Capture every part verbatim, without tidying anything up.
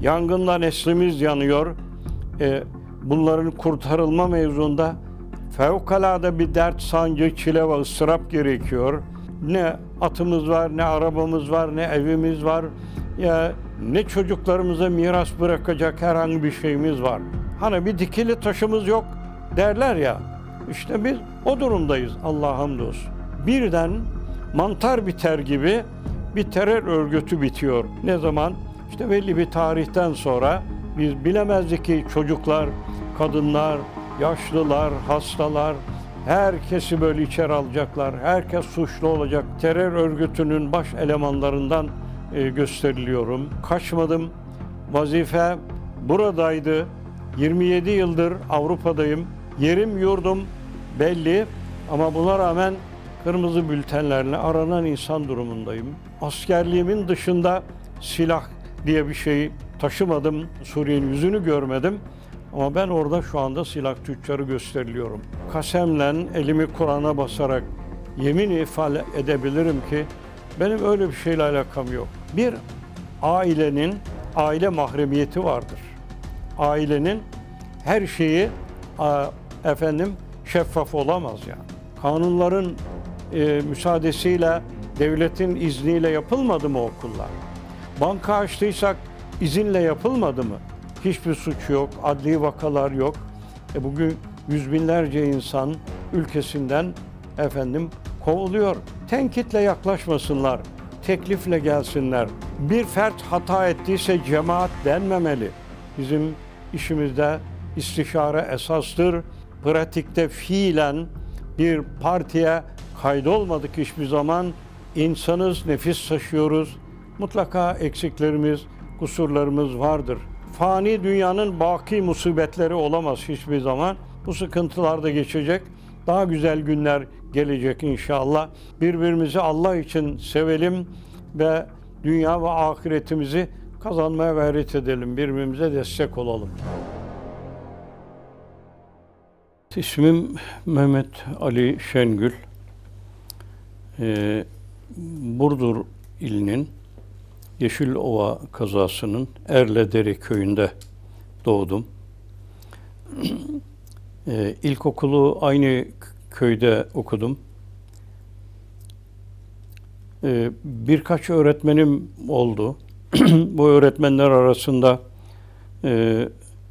Yangında neslimiz yanıyor. E, bunların kurtarılma mevzunda fevkalade bir dert, sancı, çile ve ıstırap gerekiyor. Ne atımız var, ne arabamız var, ne evimiz var. Ya ne çocuklarımıza miras bırakacak herhangi bir şeyimiz var. Hani bir dikili taşımız yok derler ya. İşte biz o durumdayız Allah'a hamdolsun. Birden mantar biter gibi bir terör örgütü bitiyor. Ne zaman? İşte belli bir tarihten sonra biz bilemezdik ki çocuklar, kadınlar, yaşlılar, hastalar, herkesi böyle içeri alacaklar. Herkes suçlu olacak. Terör örgütünün baş elemanlarından e, gösteriliyorum. Kaçmadım. Vazife buradaydı. yirmi yedi yıldır Avrupa'dayım. Yerim yurdum belli ama buna rağmen kırmızı bültenlerle aranan insan durumundayım. Askerliğimin dışında silah diye bir şey taşımadım. Suriye'nin yüzünü görmedim. Ama ben orada şu anda silah tüccarı gösteriliyorum. Kasemle elimi Kur'an'a basarak yemin ifade edebilirim ki benim öyle bir şeyle alakam yok. Bir ailenin aile mahremiyeti vardır. Ailenin her şeyi efendim şeffaf olamaz yani. Kanunların e, müsaadesiyle, devletin izniyle yapılmadı mı okullar? Banka açtıysak izinle yapılmadı mı? Hiçbir suç yok, adli vakalar yok. E bugün yüz binlerce insan ülkesinden efendim kovuluyor. Tenkitle yaklaşmasınlar, teklifle gelsinler. Bir fert hata ettiyse cemaat denmemeli. Bizim işimizde istişare esastır. Pratikte fiilen bir partiye kaydolmadık hiçbir zaman. İnsanız, nefis taşıyoruz. Mutlaka eksiklerimiz, kusurlarımız vardır. Fani dünyanın baki musibetleri olamaz hiçbir zaman. Bu sıkıntılar da geçecek. Daha güzel günler gelecek inşallah. Birbirimizi Allah için sevelim ve dünya ve ahiretimizi kazanmaya gayret edelim. Birbirimize destek olalım. İsmim Mehmet Ali Şengül. Ee, Burdur ilinin Yeşilova kazasının Erledere köyünde doğdum. Ee, ilkokulu aynı köyde okudum. Ee, birkaç öğretmenim oldu. Bu öğretmenler arasında e,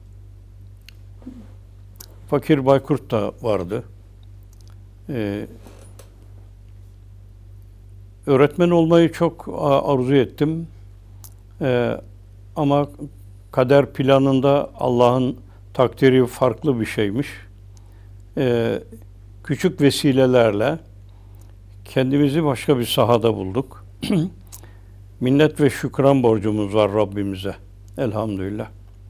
Fakir Baykurt da vardı. Ee, öğretmen olmayı çok arzu ettim. Ee, ama kader planında Allah'ın takdiri farklı bir şeymiş. Ee, küçük vesilelerle kendimizi başka bir sahada bulduk. Minnet ve şükran borcumuz var Rabbimize. Elhamdülillah.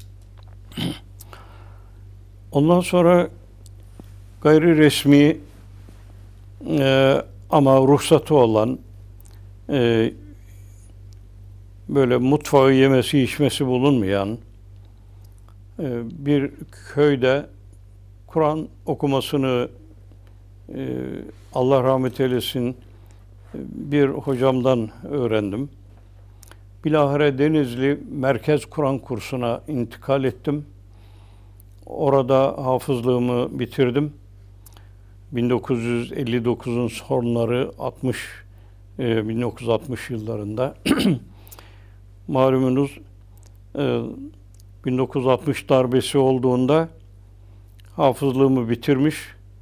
Ondan sonra gayri resmi e, ama ruhsatı olan e, böyle mutfağı yemesi içmesi bulunmayan e, bir köyde Kur'an okumasını e, Allah rahmet eylesin bir hocamdan öğrendim. Bilahare Denizli Merkez Kur'an kursuna intikal ettim. Orada hafızlığımı bitirdim. bin dokuz yüz elli dokuzun sonları altmış bin dokuz yüz altmış yıllarında malumunuz bin dokuz yüz altmış darbesi olduğunda hafızlığımı bitirmiş.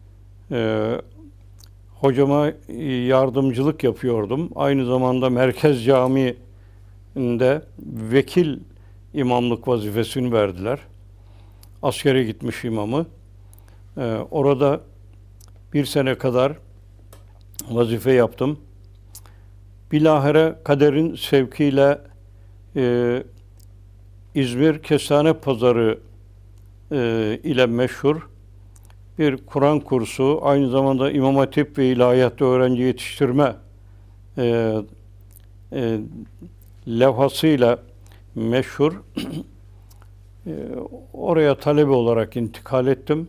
Hocama yardımcılık yapıyordum. Aynı zamanda Merkez Camii'nde vekil imamlık vazifesini verdiler. Askere gitmiş imamı. Ee, orada bir sene kadar vazife yaptım. Bilahare kaderin sevkiyle e, İzmir Kestane Pazarı e, ile meşhur bir Kur'an kursu, aynı zamanda İmam Hatip ve İlahiyat'ta öğrenci yetiştirme e, e, levhasıyla meşhur. e, oraya talebe olarak intikal ettim.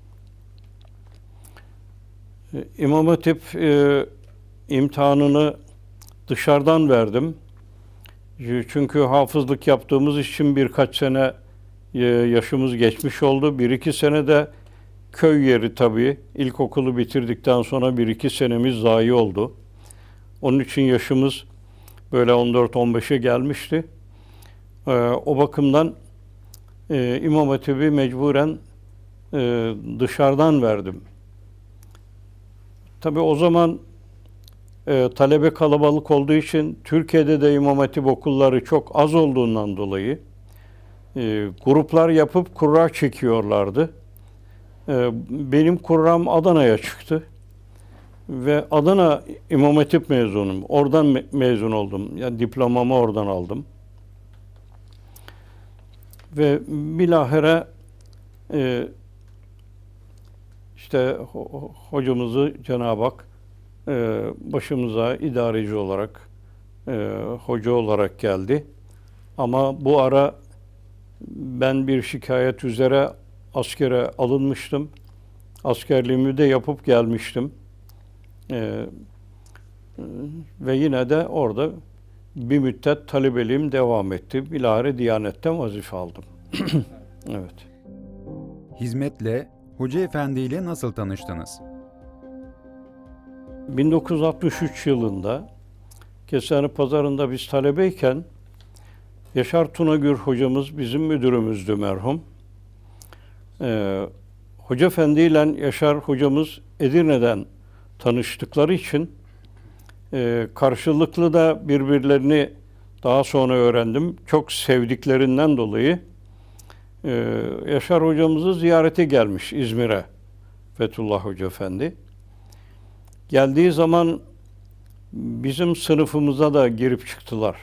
E, İmam Hatip e, imtihanını dışarıdan verdim. Çünkü hafızlık yaptığımız için birkaç sene e, yaşımız geçmiş oldu. Bir iki sene de köy yeri tabii. İlkokulu bitirdikten sonra bir iki senemiz zayi oldu. Onun için yaşımız böyle on dört on beşe gelmişti. Ee, o bakımdan e, İmam Hatip'i mecburen e, dışarıdan verdim. Tabii o zaman e, talebe kalabalık olduğu için Türkiye'de de İmam Hatip okulları çok az olduğundan dolayı e, gruplar yapıp kura çekiyorlardı. E, benim kuram Adana'ya çıktı. Ve Adana İmam Hatip mezunum. Oradan me- mezun oldum. Yani diplomamı oradan aldım. Ve bilahare e, işte ho- hocamızı Cenab-ı Hak e, başımıza idareci olarak, e, hoca olarak geldi. Ama bu ara ben bir şikayet üzere askere alınmıştım. Askerliğimi de yapıp gelmiştim. Ee, ve yine de orada bir müddet talebeliğim devam etti. Bilahare Diyanet'ten vazife aldım. Evet. Hizmetle Hoca Efendi ile nasıl tanıştınız? bin dokuz yüz altmış üç yılında Kestane Pazarı'nda biz talebeyken Yaşar Tunagür hocamız bizim müdürümüzdü merhum. Ee, Hoca Efendi ile Yaşar hocamız Edirne'den tanıştıkları için e, karşılıklı da birbirlerini daha sonra öğrendim. Çok sevdiklerinden dolayı e, Yaşar hocamızı ziyarete gelmiş İzmir'e Fethullah Hoca Efendi. Geldiği zaman bizim sınıfımıza da girip çıktılar.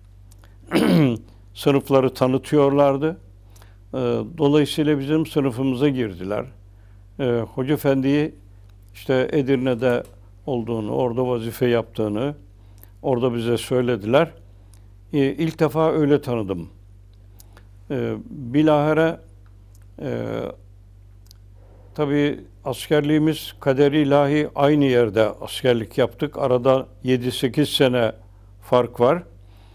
Sınıfları tanıtıyorlardı. E, dolayısıyla bizim sınıfımıza girdiler. E, Hoca Efendi'yi işte Edirne'de olduğunu, orada vazife yaptığını orada bize söylediler. E, ilk defa öyle tanıdım. E, bilahare e, tabii askerliğimiz kader-i ilahi aynı yerde askerlik yaptık. Arada yedi sekiz sene fark var.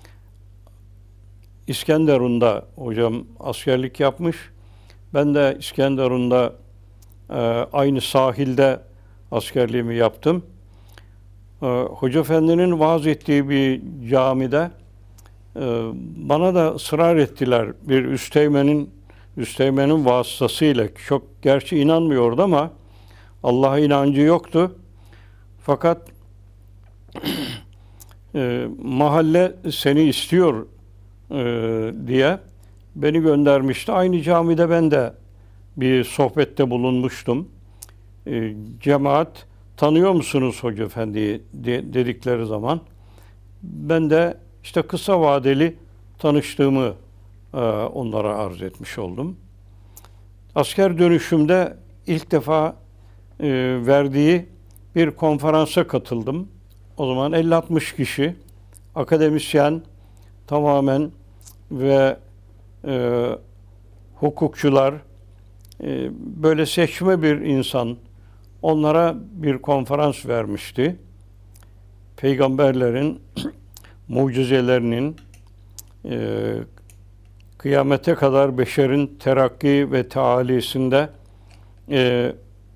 İskenderun'da hocam askerlik yapmış. Ben de İskenderun'da e, aynı sahilde askerliğimi yaptım. Ee, Hoca Efendi'nin vaaz ettiği bir camide e, bana da ısrar ettiler bir üsteğmenin üsteğmenin vasıtasıyla. Çok gerçi inanmıyordu ama Allah'a inancı yoktu. Fakat e, mahalle seni istiyor e, diye beni göndermişti. Aynı camide ben de bir sohbette bulunmuştum. E, cemaat tanıyor musunuz Hoca Efendi'yi de, dedikleri zaman ben de işte kısa vadeli tanıştığımı e, onlara arz etmiş oldum. Asker dönüşümde ilk defa e, verdiği bir konferansa katıldım. O zaman elli altmış kişi akademisyen tamamen ve e, hukukçular e, böyle seçme bir insan onlara bir konferans vermişti. Peygamberlerin mucizelerinin e, kıyamete kadar beşerin terakki ve taalisinde e,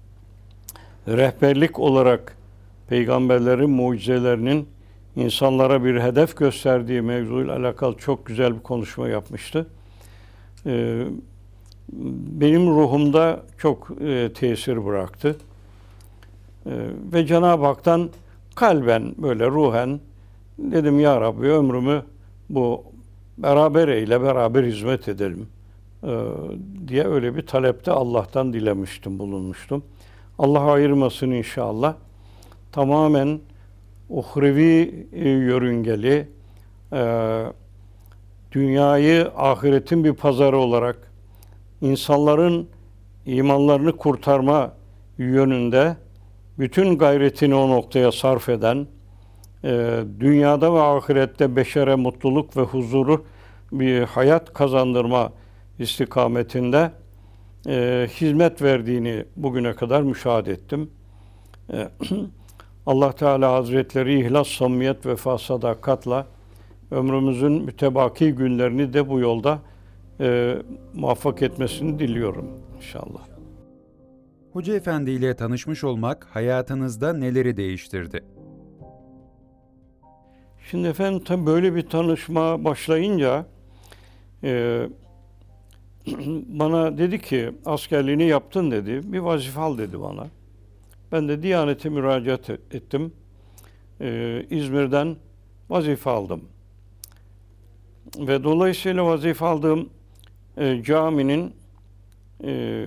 rehberlik olarak peygamberlerin mucizelerinin insanlara bir hedef gösterdiği mevzuyla alakalı çok güzel bir konuşma yapmıştı. E, benim ruhumda çok e, tesir bıraktı. E, ve Cenab-ı Hak'tan kalben böyle ruhen dedim ya Rabbi ömrümü bu beraber eyle, beraber hizmet edelim e, diye öyle bir talepte Allah'tan dilemiştim, bulunmuştum. Allah ayırmasın inşallah. Tamamen uhrevi e, yörüngeli, e, dünyayı ahiretin bir pazarı olarak insanların imanlarını kurtarma yönünde bütün gayretini o noktaya sarf eden, e, dünyada ve ahirette beşere mutluluk ve huzuru bir hayat kazandırma istikametinde e, hizmet verdiğini bugüne kadar müşahede ettim. E, Allah Teala Hazretleri ihlas, samimiyet, vefa, sadakatla ömrümüzün mütebaki günlerini de bu yolda e, muvaffak etmesini diliyorum inşallah. Hoca Efendi ile tanışmış olmak hayatınızda neleri değiştirdi? Şimdi efendim tabii böyle bir tanışma başlayınca e, bana dedi ki askerliğini yaptın dedi. Bir vazife al dedi bana. Ben de Diyanet'e müracaat ettim. Ee, İzmir'den vazife aldım. Ve dolayısıyla vazife aldığım e, caminin e,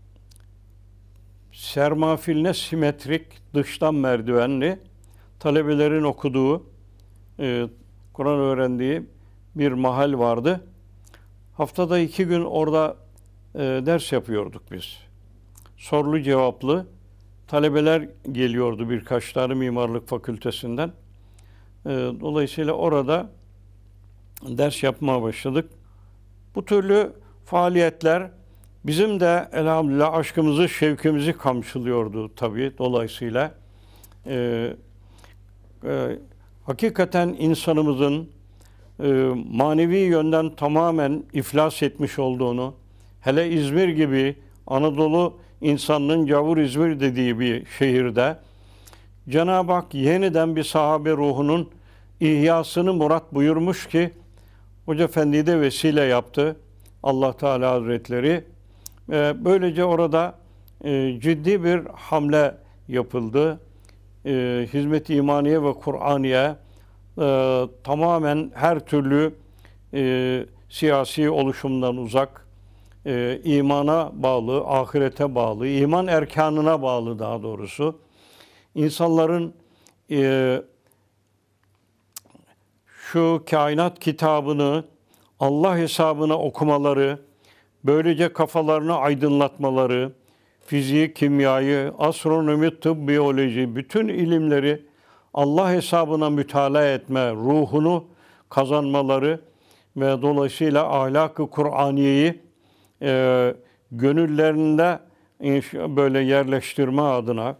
sermafiline simetrik, dıştan merdivenli talebelerin okuduğu, e, Kur'an öğrendiği bir mahal vardı. Haftada iki gün orada e, ders yapıyorduk biz. Sorulu cevaplı talebeler geliyordu birkaç tane mimarlık fakültesinden. E, dolayısıyla orada ders yapmaya başladık. Bu türlü faaliyetler bizim de elhamdülillah aşkımızı, şevkimizi kamçılıyordu tabii dolayısıyla. E, e, hakikaten insanımızın e, manevi yönden tamamen iflas etmiş olduğunu, hele İzmir gibi Anadolu insanının Cavur İzmir dediği bir şehirde Cenab-ı Hak yeniden bir sahabe ruhunun ihyasını murat buyurmuş ki Hoca Efendi'yi de vesile yaptı Allah Teala Hazretleri. E, böylece orada e, ciddi bir hamle yapıldı. E, hizmet-i imaniye ve Kur'aniye e, tamamen her türlü e, siyasi oluşumdan uzak, e, imana bağlı, ahirete bağlı, iman erkanına bağlı daha doğrusu. İnsanların e, şu kainat kitabını Allah hesabına okumaları, böylece kafalarını aydınlatmaları, fizik, kimyayı, astronomi, tıp, biyoloji, bütün ilimleri Allah hesabına mütalaa etme, ruhunu kazanmaları ve dolayısıyla ahlak-ı Kur'aniyeyi e, gönüllerinde böyle yerleştirme adına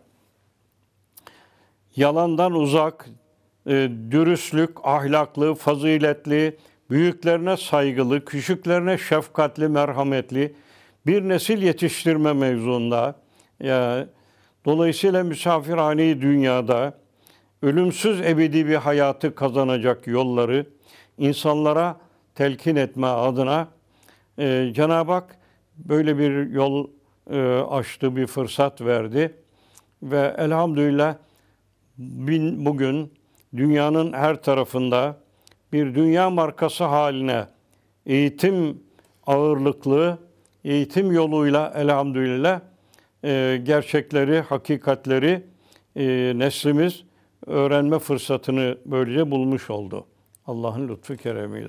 yalandan uzak, e, dürüstlük, ahlaklı, faziletli, büyüklerine saygılı, küçüklerine şefkatli, merhametli bir nesil yetiştirme mevzuunda. Yani, dolayısıyla misafirhane-i dünyada ölümsüz ebedi bir hayatı kazanacak yolları insanlara telkin etme adına e, Cenab-ı Hak böyle bir yol e, açtı, bir fırsat verdi. Ve elhamdülillah bin, bugün dünyanın her tarafında bir dünya markası haline eğitim ağırlıklı, eğitim yoluyla elhamdülillah e, gerçekleri, hakikatleri e, neslimiz öğrenme fırsatını böylece bulmuş oldu. Allah'ın lütfu keremiyle.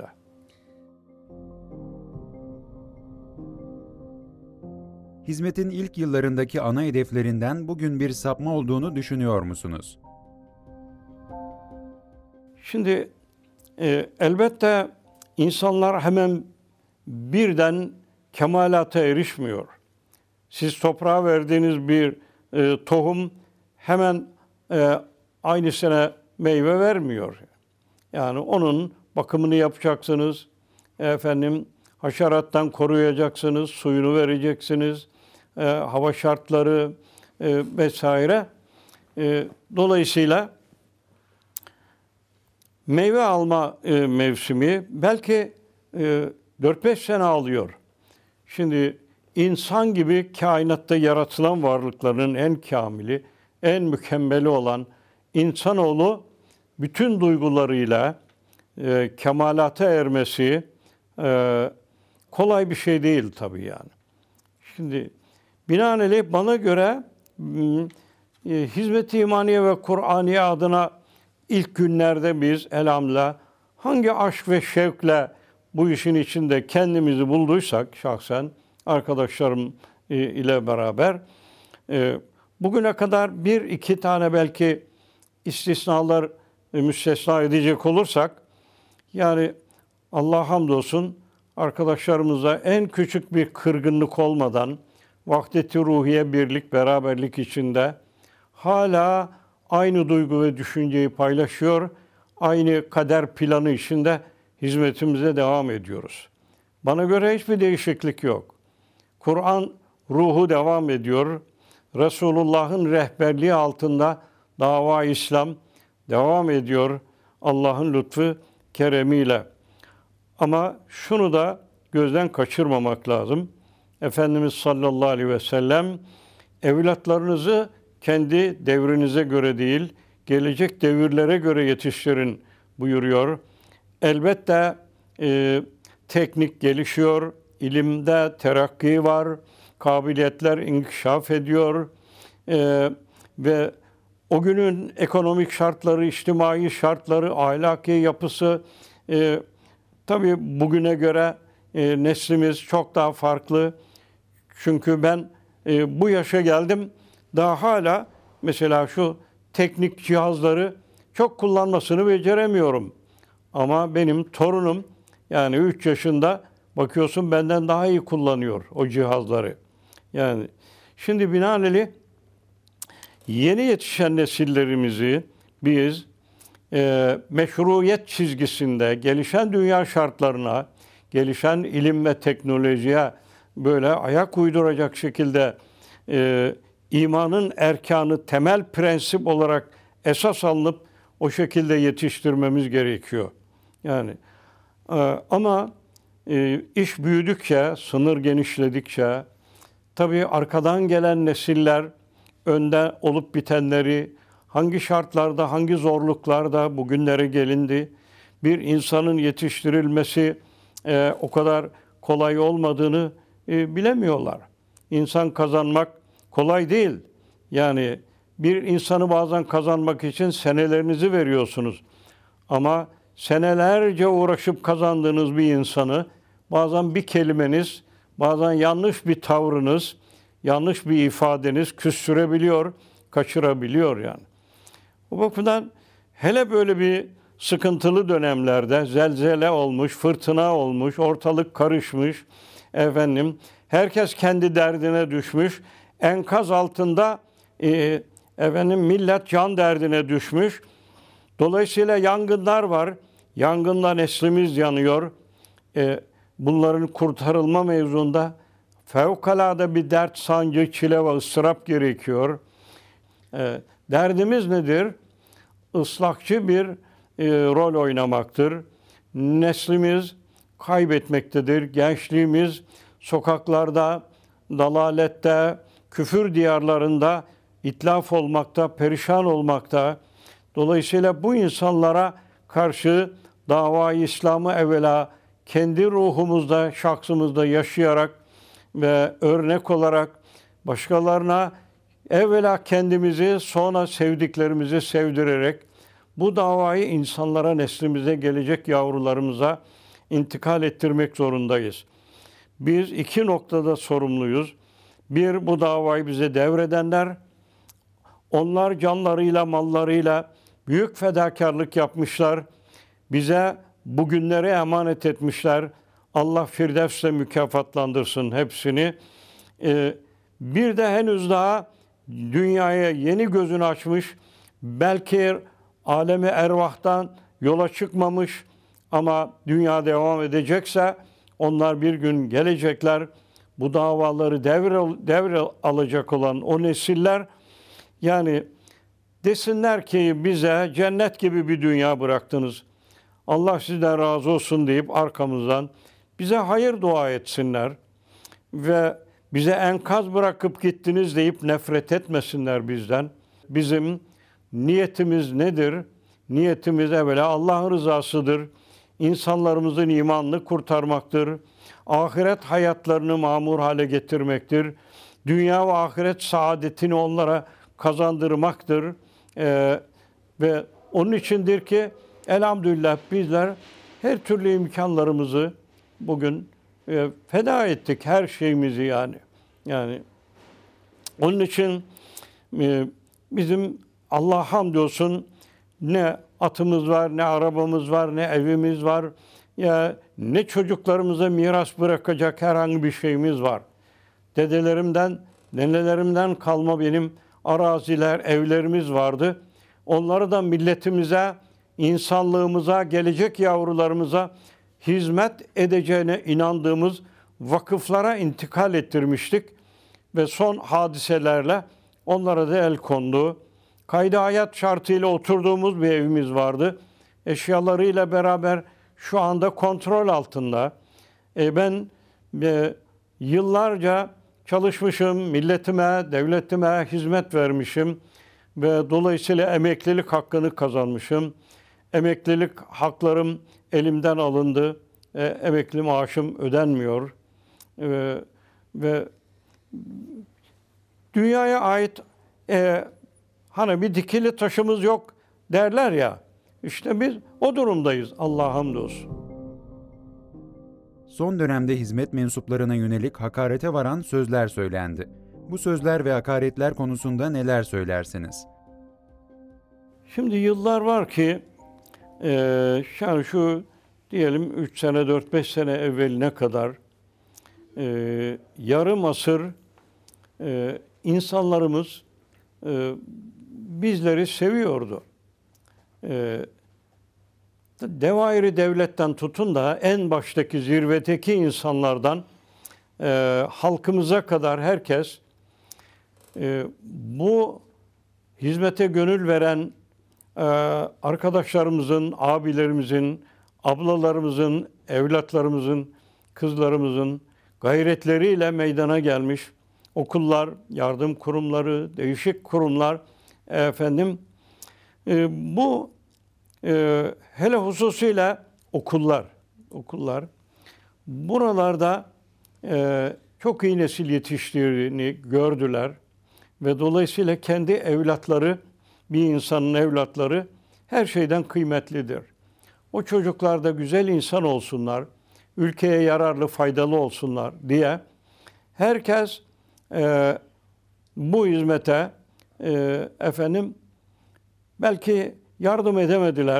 Hizmetin ilk yıllarındaki ana hedeflerinden bugün bir sapma olduğunu düşünüyor musunuz? Şimdi e, elbette insanlar hemen birden kemalata erişmiyor. Siz toprağa verdiğiniz bir e, tohum hemen e, aynı sene meyve vermiyor. Yani onun bakımını yapacaksınız, efendim haşerattan koruyacaksınız, suyunu vereceksiniz, e, hava şartları e, vesaire. E, dolayısıyla meyve alma e, mevsimi belki e, dört beş sene alıyor. Şimdi insan gibi kainatta yaratılan varlıkların en kamili, en mükemmeli olan insanoğlu bütün duygularıyla e, kemalata ermesi e, kolay bir şey değil tabii yani. Şimdi binaenaleyh bana göre e, hizmet-i imaniye ve Kur'aniye adına ilk günlerde biz elhamdülillah hangi aşk ve şevkle bu işin içinde kendimizi bulduysak şahsen arkadaşlarım ile beraber e, bugüne kadar bir iki tane belki istisnalar e, müstesna edecek olursak yani Allah'a hamdolsun arkadaşlarımıza en küçük bir kırgınlık olmadan vahdet-i ruhiye birlik, beraberlik içinde hala aynı duygu ve düşünceyi paylaşıyor. aynı kader planı içinde hizmetimize devam ediyoruz. Bana göre hiçbir değişiklik yok. Kur'an ruhu devam ediyor. Resulullah'ın rehberliği altında dava İslam devam ediyor Allah'ın lütfu keremiyle. Ama şunu da gözden kaçırmamak lazım. Efendimiz sallallahu aleyhi ve sellem evlatlarınızı kendi devrinize göre değil, gelecek devirlere göre yetiştirin buyuruyor. Elbette e, teknik gelişiyor, ilimde terakki var, kabiliyetler inkişaf ediyor e, ve o günün ekonomik şartları, içtimai şartları, ahlaki yapısı e, tabii bugüne göre e, neslimiz çok daha farklı. Çünkü ben e, bu yaşa geldim, daha hala mesela şu teknik cihazları çok kullanmasını beceremiyorum. Ama benim torunum yani üç yaşında bakıyorsun benden daha iyi kullanıyor o cihazları. Yani şimdi binaenaleyh yeni yetişen nesillerimizi biz e, meşruiyet çizgisinde gelişen dünya şartlarına, gelişen ilim ve teknolojiye böyle ayak uyduracak şekilde e, imanın erkanı temel prensip olarak esas alınıp o şekilde yetiştirmemiz gerekiyor. Yani e, ama e, iş büyüdükçe, sınır genişledikçe tabii arkadan gelen nesiller önde olup bitenleri, hangi şartlarda, hangi zorluklarda bugünlere gelindi, bir insanın yetiştirilmesi e, o kadar kolay olmadığını e, bilemiyorlar. İnsan kazanmak kolay değil. Yani bir insanı bazen kazanmak için senelerinizi veriyorsunuz. Ama senelerce uğraşıp kazandığınız bir insanı bazen bir kelimeniz, bazen yanlış bir tavrınız, yanlış bir ifadeniz küstürebiliyor, kaçırabiliyor yani. O bakımdan hele böyle bir sıkıntılı dönemlerde zelzele olmuş, fırtına olmuş, ortalık karışmış, efendim, herkes kendi derdine düşmüş, enkaz altında e, efendim millet can derdine düşmüş. Dolayısıyla yangınlar var. Yangında neslimiz yanıyor. E, bunların kurtarılma mevzunda fevkalade bir dert, sancı, çile ve ıstırap gerekiyor. E, derdimiz nedir? Islahçı bir e, rol oynamaktır. Neslimiz kaybetmektedir. Gençliğimiz sokaklarda, dalalette, küfür diyarlarında itlaf olmakta, perişan olmakta. Dolayısıyla bu insanlara karşı dava-i İslam'ı evvela kendi ruhumuzda, şahsımızda yaşayarak ve örnek olarak başkalarına evvela kendimizi sonra sevdiklerimizi sevdirerek bu davayı insanlara, neslimize, gelecek yavrularımıza intikal ettirmek zorundayız. Biz iki noktada sorumluyuz. Bir, bu davayı bize devredenler, onlar canlarıyla, mallarıyla büyük fedakarlık yapmışlar. Bize bugünleri emanet etmişler. Allah Firdevs'le mükafatlandırsın hepsini. Ee, bir de henüz daha dünyaya yeni gözünü açmış, belki alemi ervahtan yola çıkmamış ama dünya devam edecekse onlar bir gün gelecekler. Bu davaları devre, devre alacak olan o nesiller yani desinler ki bize cennet gibi bir dünya bıraktınız. Allah sizden razı olsun deyip arkamızdan bize hayır dua etsinler ve bize enkaz bırakıp gittiniz deyip nefret etmesinler bizden. Bizim niyetimiz nedir? Niyetimiz evvela Allah'ın rızasıdır. İnsanlarımızın imanını kurtarmaktır. Ahiret hayatlarını mamur hale getirmektir. Dünya ve ahiret saadetini onlara kazandırmaktır. Ee, ve onun içindir ki elhamdülillah bizler her türlü imkanlarımızı bugün e, feda ettik, her şeyimizi yani. Yani onun için e, bizim Allah'a hamdolsun ne atımız var, ne arabamız var, ne evimiz var, ya ne çocuklarımıza miras bırakacak herhangi bir şeyimiz var. Dedelerimden, nenelerimden kalma benim araziler, evlerimiz vardı. Onları da milletimize insanlığımıza, gelecek yavrularımıza hizmet edeceğine inandığımız vakıflara intikal ettirmiştik ve son hadiselerle onlara da el kondu. Kaydı hayat şartıyla oturduğumuz bir evimiz vardı. Eşyalarıyla beraber şu anda kontrol altında. E ben e, yıllarca çalışmışım, milletime, devletime hizmet vermişim ve dolayısıyla emeklilik hakkını kazanmışım. Emeklilik haklarım elimden alındı. E, emekli maaşım ödenmiyor. E, ve dünyaya ait e, hani bir dikili taşımız yok derler ya. İşte biz o durumdayız. Allah'a hamdolsun. Son dönemde hizmet mensuplarına yönelik hakarete varan sözler söylendi. Bu sözler ve hakaretler konusunda neler söylersiniz? Şimdi yıllar var ki e, yani şu diyelim üç sene, dört beş sene evveline kadar e, yarım asır e, insanlarımız e, bizleri seviyordu. E, Devairi devletten tutun da en baştaki zirvedeki insanlardan e, halkımıza kadar herkes e, bu hizmete gönül veren e, arkadaşlarımızın, abilerimizin, ablalarımızın, evlatlarımızın, kızlarımızın gayretleriyle meydana gelmiş okullar, yardım kurumları, değişik kurumlar efendim e, bu e, hele hususuyla okullar, okullar buralarda e, çok iyi nesil yetiştirdiğini gördüler ve dolayısıyla kendi evlatları, bir insanın evlatları her şeyden kıymetlidir. O çocuklar da güzel insan olsunlar, ülkeye yararlı, faydalı olsunlar diye herkes e, bu hizmete e, efendim belki yardım edemediler.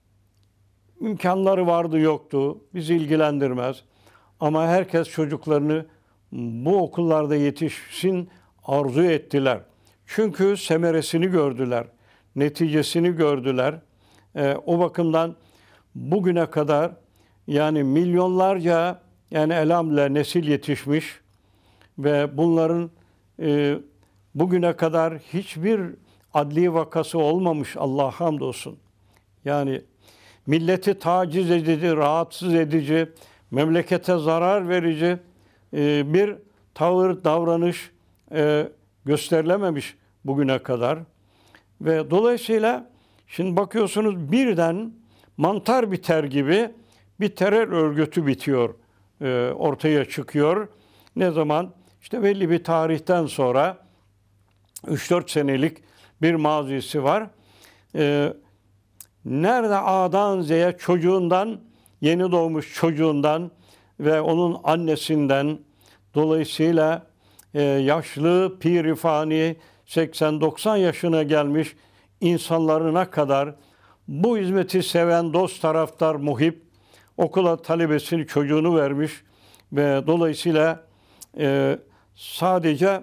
İmkanları vardı yoktu. Bizi ilgilendirmez. Ama herkes çocuklarını bu okullarda yetişsin arzu ettiler. Çünkü semeresini gördüler. Neticesini gördüler. E, o bakımdan bugüne kadar yani milyonlarca yani elhamdülillah nesil yetişmiş ve bunların e, bugüne kadar hiçbir adli vakası olmamış, Allah'a hamdolsun. Yani milleti taciz edici, rahatsız edici, memlekete zarar verici e, bir tavır, davranış e, gösterilememiş bugüne kadar. Ve dolayısıyla şimdi bakıyorsunuz birden mantar biter gibi bir terör örgütü bitiyor, e, ortaya çıkıyor. Ne zaman? İşte belli bir tarihten sonra üç dört senelik bir mazisi var. Ee, nerede A'dan Z'ye çocuğundan, yeni doğmuş çocuğundan ve onun annesinden dolayısıyla e, yaşlı, pirifani, seksen doksan yaşına gelmiş insanlarına kadar bu hizmeti seven dost, taraftar, muhip okula talebesini, çocuğunu vermiş ve dolayısıyla e, sadece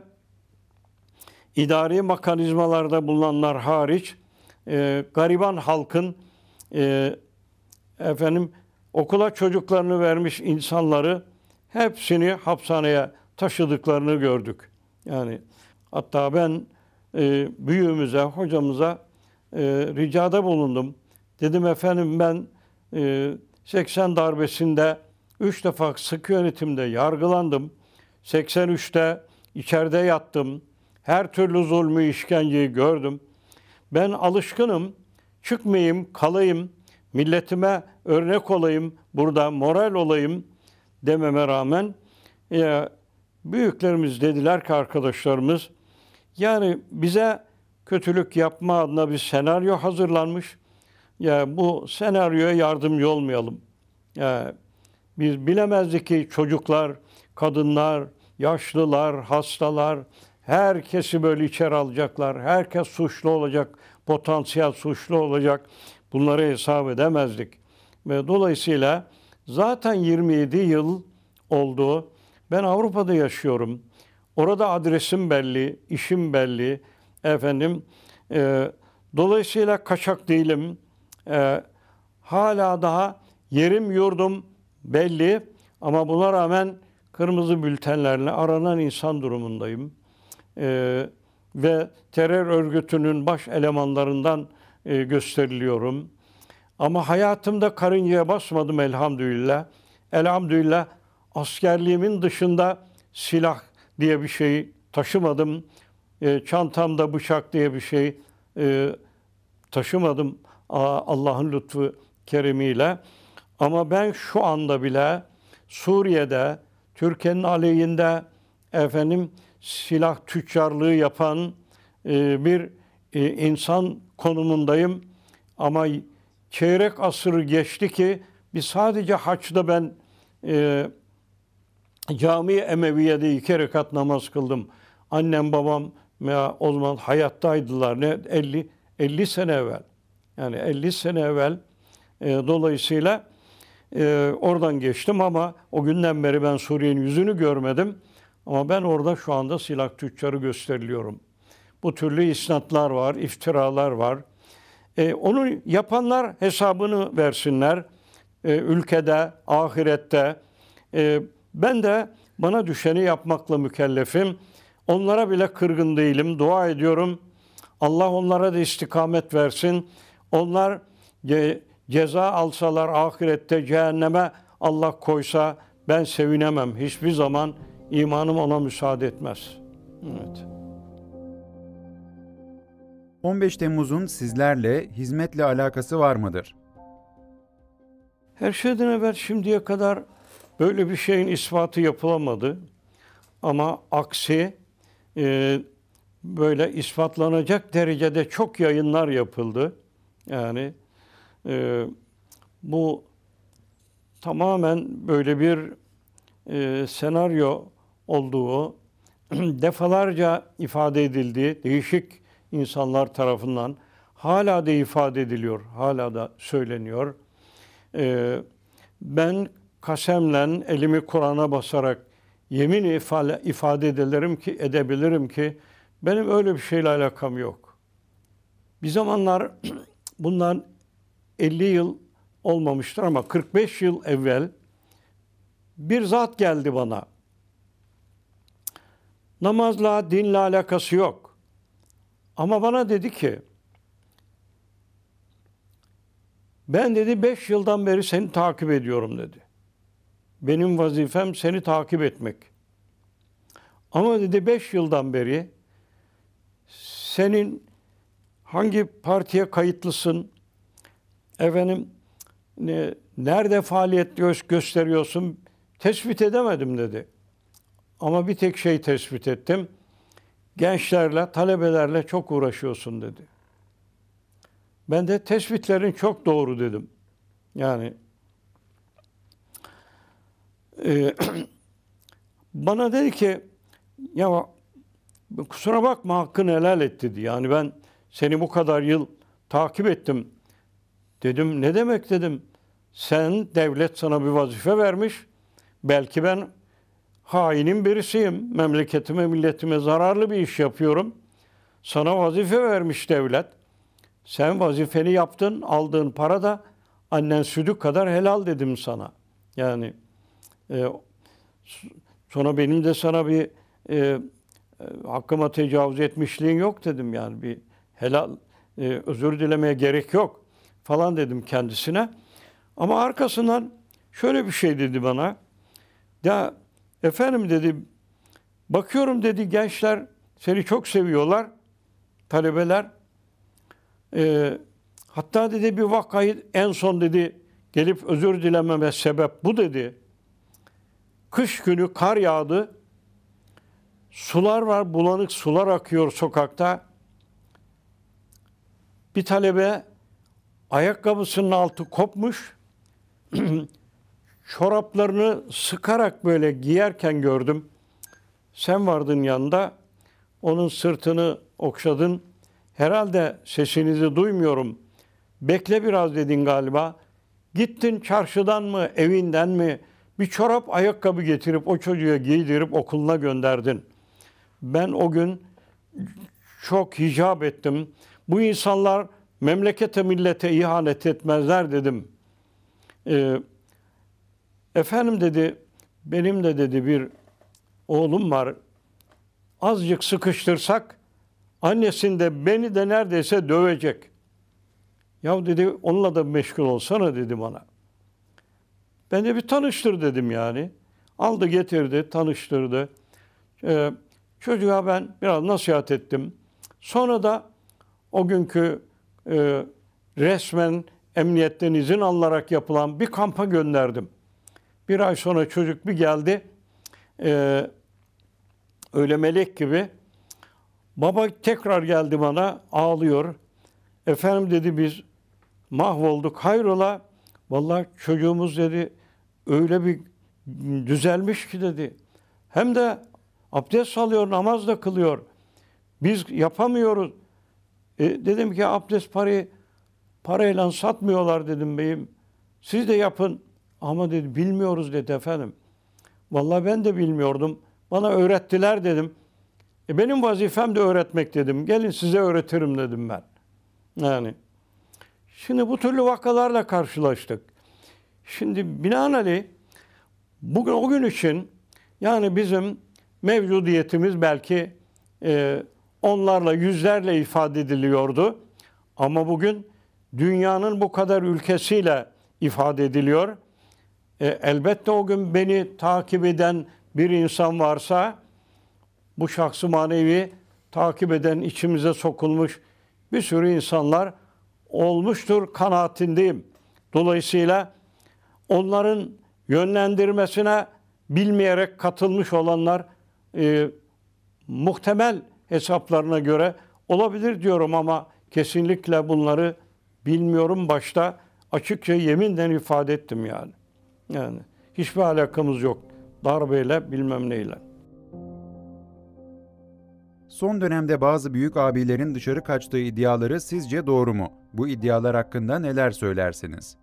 idari mekanizmalarda bulunanlar hariç e, gariban halkın e, efendim okula çocuklarını vermiş insanları hepsini hapishaneye taşıdıklarını gördük. Yani hatta ben e, büyüğümüze, hocamıza e, ricada bulundum. Dedim efendim ben e, seksen darbesinde üç defa sıkı yönetimde yargılandım. seksen üçte içeride yattım. Her türlü zulmü, işkenceyi gördüm. Ben alışkınım, çıkmayayım, kalayım, milletime örnek olayım, burada moral olayım dememe rağmen e, büyüklerimiz dediler ki arkadaşlarımız, yani bize kötülük yapma adına bir senaryo hazırlanmış. Ya bu senaryoya yardımcı olmayalım. Ya, biz bilemezdik ki çocuklar, kadınlar, yaşlılar, hastalar, herkesi böyle içeri alacaklar. Herkes suçlu olacak, potansiyel suçlu olacak. Bunları hesap edemezdik. Ve dolayısıyla zaten yirmi yedi yıl oldu. Ben Avrupa'da yaşıyorum. Orada adresim belli, işim belli. Efendim, e, dolayısıyla kaçak değilim. e, hala daha yerim yurdum belli ama buna rağmen kırmızı bültenlerle aranan insan durumundayım. E, ve terör örgütünün baş elemanlarından e, gösteriliyorum. Ama hayatımda karıncaya basmadım elhamdülillah. Elhamdülillah askerliğimin dışında silah diye bir şey taşımadım. E, çantamda bıçak diye bir şey e, taşımadım Allah'ın lütfu keremiyle. Ama ben şu anda bile Suriye'de Türkiye'nin aleyhinde efendim silah tüccarlığı yapan e, bir e, insan konumundayım. Ama çeyrek asır geçti ki biz sadece haçta ben e, Cami-i Emeviye'de iki rekat namaz kıldım. Annem babam ya o zaman hayattaydılar. Ne elli elli sene evvel. Yani elli sene evvel e, dolayısıyla e, oradan geçtim ama o günden beri ben Suriye'nin yüzünü görmedim. Ama ben orada şu anda silah tüccarı gösteriliyorum. Bu türlü isnatlar var, iftiralar var. E, onu yapanlar hesabını versinler. E, ülkede, ahirette. E, ben de bana düşeni yapmakla mükellefim. Onlara bile kırgın değilim. Dua ediyorum. Allah onlara da istikamet versin. Onlar ce- ceza alsalar ahirette cehenneme Allah koysa ben sevinemem. Hiçbir zaman imanım ona müsaade etmez. Evet. on beş Temmuz'un sizlerle, hizmetle alakası var mıdır? Her şeyden evvel şimdiye kadar böyle bir şeyin ispatı yapılamadı. Ama aksi e, böyle ispatlanacak derecede çok yayınlar yapıldı. Yani e, bu tamamen böyle bir e, senaryo olduğu defalarca ifade edildi. Değişik insanlar tarafından hala da ifade ediliyor, hala da söyleniyor. E, ben kasemle elimi Kur'an'a basarak yemin ifade, ifade edebilirim ki, edebilirim ki benim öyle bir şeyle alakam yok. Bir zamanlar bundan elli yıl olmamıştır ama kırk beş yıl evvel bir zat geldi bana. Namazla, dinle alakası yok. Ama bana dedi ki, ben dedi beş yıldan beri seni takip ediyorum dedi. Benim vazifem seni takip etmek. Ama dedi beş yıldan beri senin hangi partiye kayıtlısın, efendim ne, nerede faaliyet gö- gösteriyorsun tespit edemedim dedi. Ama bir tek şey tespit ettim. Gençlerle, talebelerle çok uğraşıyorsun dedi. Ben de tespitlerin çok doğru dedim. Yani e, bana dedi ki ya kusura bakma hakkını helal et dedi. Yani ben seni bu kadar yıl takip ettim. Dedim ne demek dedim. Sen devlet sana bir vazife vermiş. Belki ben hainin birisiyim. Memleketime, milletime zararlı bir iş yapıyorum. Sana vazife vermiş devlet. Sen vazifeni yaptın, aldığın para da annen südü kadar helal dedim sana. Yani e, sonra benim de sana bir e, e, hakkıma tecavüz etmişliğin yok dedim. Yani bir helal, e, özür dilemeye gerek yok falan dedim kendisine. Ama arkasından şöyle bir şey dedi bana. Ya efendim dedi, bakıyorum dedi gençler seni çok seviyorlar, talebeler. Ee, hatta dedi bir vakayı en son dedi gelip özür dilememe sebep bu dedi. Kış günü kar yağdı. Sular var, bulanık sular akıyor sokakta. Bir talebe ayakkabısının altı kopmuş. Çoraplarını sıkarak böyle giyerken gördüm. Sen vardın yanında. Onun sırtını okşadın. Herhalde sesinizi duymuyorum. Bekle biraz dedin galiba. Gittin çarşıdan mı, evinden mi bir çorap ayakkabı getirip o çocuğa giydirip okuluna gönderdin. Ben o gün çok hicap ettim. Bu insanlar memlekete millete ihanet etmezler dedim. Ee, efendim dedi, benim de dedi bir oğlum var. Azıcık sıkıştırsak annesini de beni de neredeyse dövecek. Ya dedi onunla da meşgul olsana dedi bana. Ben de bir tanıştır dedim yani. Aldı getirdi, tanıştırdı. Ee, çocuğa ben biraz nasihat ettim. Sonra da o günkü e, resmen emniyetten izin alınarak yapılan bir kampa gönderdim. Bir ay sonra çocuk bir geldi. E, öyle melek gibi. Baba tekrar geldi bana ağlıyor. Efendim dedi biz mahvolduk. Hayrola? Vallahi çocuğumuz dedi öyle bir düzelmiş ki dedi. Hem de abdest alıyor, namaz da kılıyor. Biz yapamıyoruz. E, dedim ki abdest parayı parayla satmıyorlar dedim beyim. Siz de yapın. Ama dedi bilmiyoruz dedi efendim. Vallahi ben de bilmiyordum. Bana öğrettiler dedim. E, benim vazifem de öğretmek dedim. Gelin size öğretirim dedim ben. Yani. Şimdi bu türlü vakalarla karşılaştık. Şimdi binaenaleyh bugün o gün için yani bizim mevcudiyetimiz belki e, onlarla yüzlerle ifade ediliyordu. Ama bugün dünyanın bu kadar ülkesiyle ifade ediliyor. E, elbette o gün beni takip eden bir insan varsa bu şahsı manevi takip eden içimize sokulmuş bir sürü insanlar olmuştur kanaatindeyim. Dolayısıyla onların yönlendirmesine bilmeyerek katılmış olanlar e, muhtemel hesaplarına göre olabilir diyorum ama kesinlikle bunları bilmiyorum başta açıkça yeminle ifade ettim yani. Yani hiçbir alakamız yok darbeyle bilmem neyle. Son dönemde bazı büyük abilerin dışarı kaçtığı iddiaları sizce doğru mu? Bu iddialar hakkında neler söylersiniz?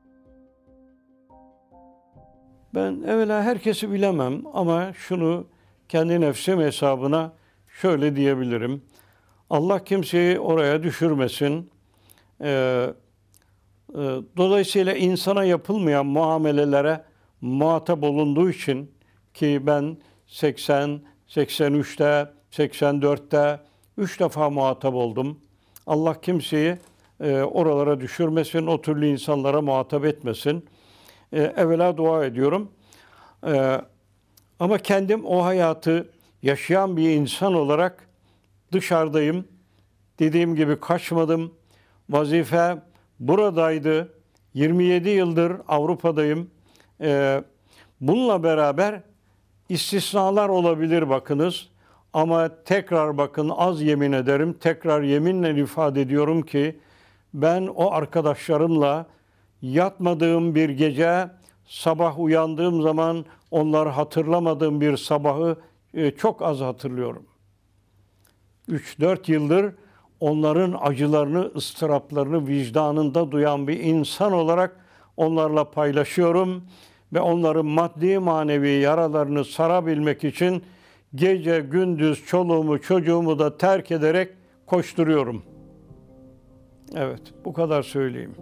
Ben evvela herkesi bilemem ama şunu kendi nefsim hesabına şöyle diyebilirim. Allah kimseyi oraya düşürmesin. Ee, e, dolayısıyla insana yapılmayan muamelelere muhatap olunduğu için ki ben seksen, seksen üçte, seksen dörtte üç defa muhatap oldum. Allah kimseyi e, oralara düşürmesin, o türlü insanlara muhatap etmesin. E, evvela dua ediyorum. E, ama kendim o hayatı yaşayan bir insan olarak dışarıdayım. Dediğim gibi kaçmadım. Vazife buradaydı. yirmi yedi yıldır Avrupa'dayım. E, bununla beraber istisnalar olabilir bakınız. Ama tekrar bakın az yemin ederim. Tekrar yeminle ifade ediyorum ki ben o arkadaşlarımla yatmadığım bir gece sabah uyandığım zaman onları hatırlamadığım bir sabahı e, çok az hatırlıyorum. üç dört yıldır onların acılarını, ıstıraplarını vicdanında duyan bir insan olarak onlarla paylaşıyorum ve onların maddi manevi yaralarını sarabilmek için gece gündüz çoluğumu çocuğumu da terk ederek koşturuyorum. Evet, bu kadar söyleyeyim.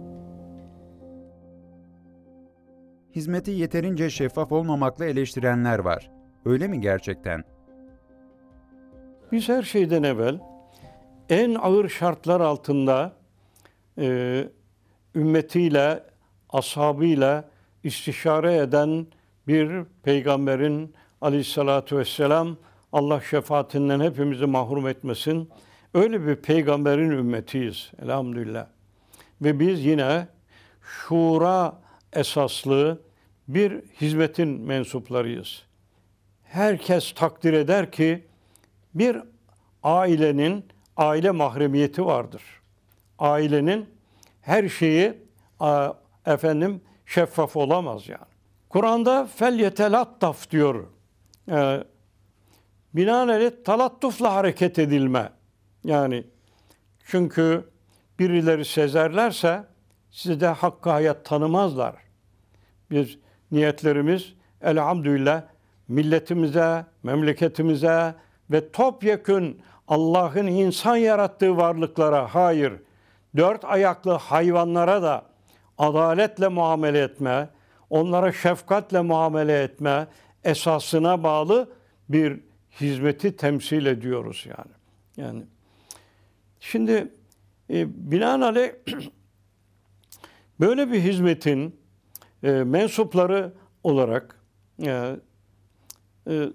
Hizmeti yeterince şeffaf olmamakla eleştirenler var. Öyle mi gerçekten? Biz her şeyden evvel en ağır şartlar altında e, ümmetiyle, ashabıyla istişare eden bir peygamberin aleyhissalatu vesselam, Allah şefaatinden hepimizi mahrum etmesin. Öyle bir peygamberin ümmetiyiz elhamdülillah. Ve biz yine şura esaslı bir hizmetin mensuplarıyız. Herkes takdir eder ki bir ailenin aile mahremiyeti vardır. Ailenin her şeyi efendim şeffaf olamaz yani. Kur'an'da fel yetelattaf diyor. Ee, binaenaleyh talattufla hareket edilme. Yani çünkü birileri sezerlerse size de hakkı hayat tanımazlar. Biz niyetlerimiz elhamdülillah milletimize, memleketimize ve topyekün Allah'ın insan yarattığı varlıklara hayır. dört ayaklı hayvanlara da adaletle muamele etme, onlara şefkatle muamele etme esasına bağlı bir hizmeti temsil ediyoruz yani. Yani şimdi e, binaenaleyh böyle bir hizmetin e, mensupları olarak e, e,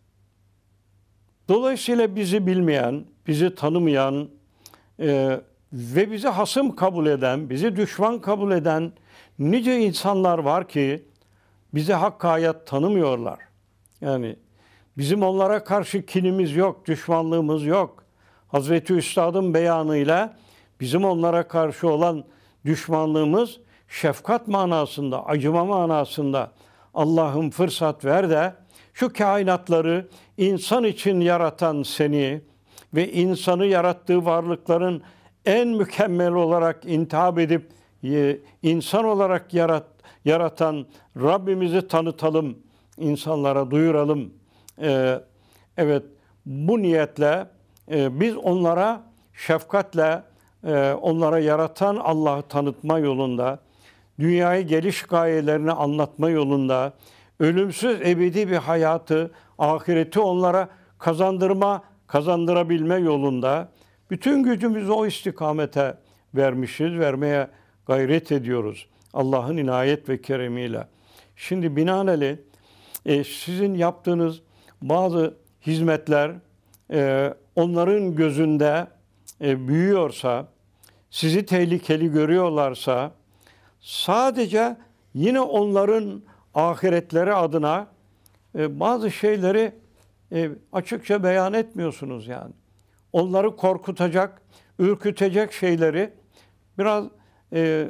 dolayısıyla bizi bilmeyen, bizi tanımayan e, ve bizi hasım kabul eden, bizi düşman kabul eden nice insanlar var ki bizi hakka hayat tanımıyorlar. Yani bizim onlara karşı kinimiz yok, düşmanlığımız yok. Hazreti Üstad'ın beyanıyla bizim onlara karşı olan düşmanlığımız şefkat manasında, acıma manasında. Allah'ım fırsat ver de şu kainatları insan için yaratan seni ve insanı yarattığı varlıkların en mükemmel olarak intihap edip insan olarak yarat, yaratan Rabbimizi tanıtalım, insanlara duyuralım. Ee, evet, bu niyetle e, biz onlara şefkatle, e, onlara yaratan Allah'ı tanıtma yolunda, dünyaya geliş gayelerini anlatma yolunda, ölümsüz ebedi bir hayatı, ahireti onlara kazandırma, kazandırabilme yolunda bütün gücümüzü o istikamete vermişiz, vermeye gayret ediyoruz Allah'ın inayet ve keremiyle. Şimdi binaenaleyh e, sizin yaptığınız bazı hizmetler e, onların gözünde e, büyüyorsa, sizi tehlikeli görüyorlarsa, sadece yine onların ahiretleri adına e, bazı şeyleri e, açıkça beyan etmiyorsunuz yani. Onları korkutacak, ürkütecek şeyleri biraz e,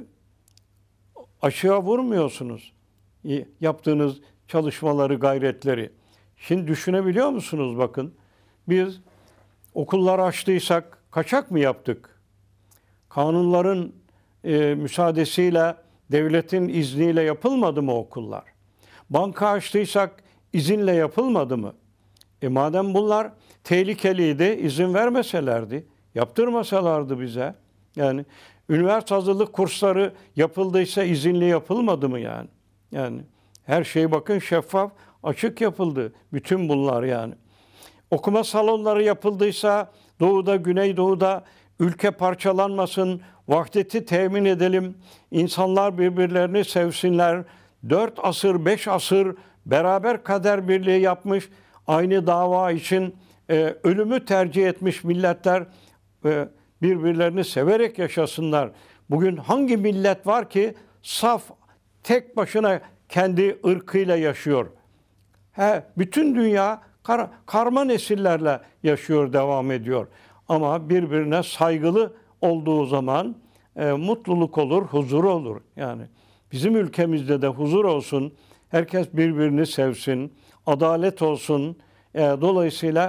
aşağı vurmuyorsunuz. E, yaptığınız çalışmaları, gayretleri. Şimdi düşünebiliyor musunuz bakın? Biz okullar açtıysak kaçak mı yaptık? Kanunların e, müsaadesiyle, devletin izniyle yapılmadı mı okullar? Banka açtıysak izinle yapılmadı mı? E madem bunlar tehlikeliydi, izin vermeselerdi, yaptırmasalardı bize. Yani üniversite hazırlık kursları yapıldıysa izinli yapılmadı mı yani? Yani her şey bakın şeffaf, açık yapıldı. Bütün bunlar yani. Okuma salonları yapıldıysa doğuda, güneydoğuda ülke parçalanmasın, vahdeti temin edelim, insanlar birbirlerini sevsinler. Dört asır, beş asır beraber kader birliği yapmış, aynı dava için e, ölümü tercih etmiş milletler e, birbirlerini severek yaşasınlar. Bugün hangi millet var ki saf, tek başına kendi ırkıyla yaşıyor? He, bütün dünya kar, karma nesillerle yaşıyor, devam ediyor. Ama birbirine saygılı olduğu zaman e, mutluluk olur, huzur olur. Yani bizim ülkemizde de huzur olsun, herkes birbirini sevsin, adalet olsun. E, dolayısıyla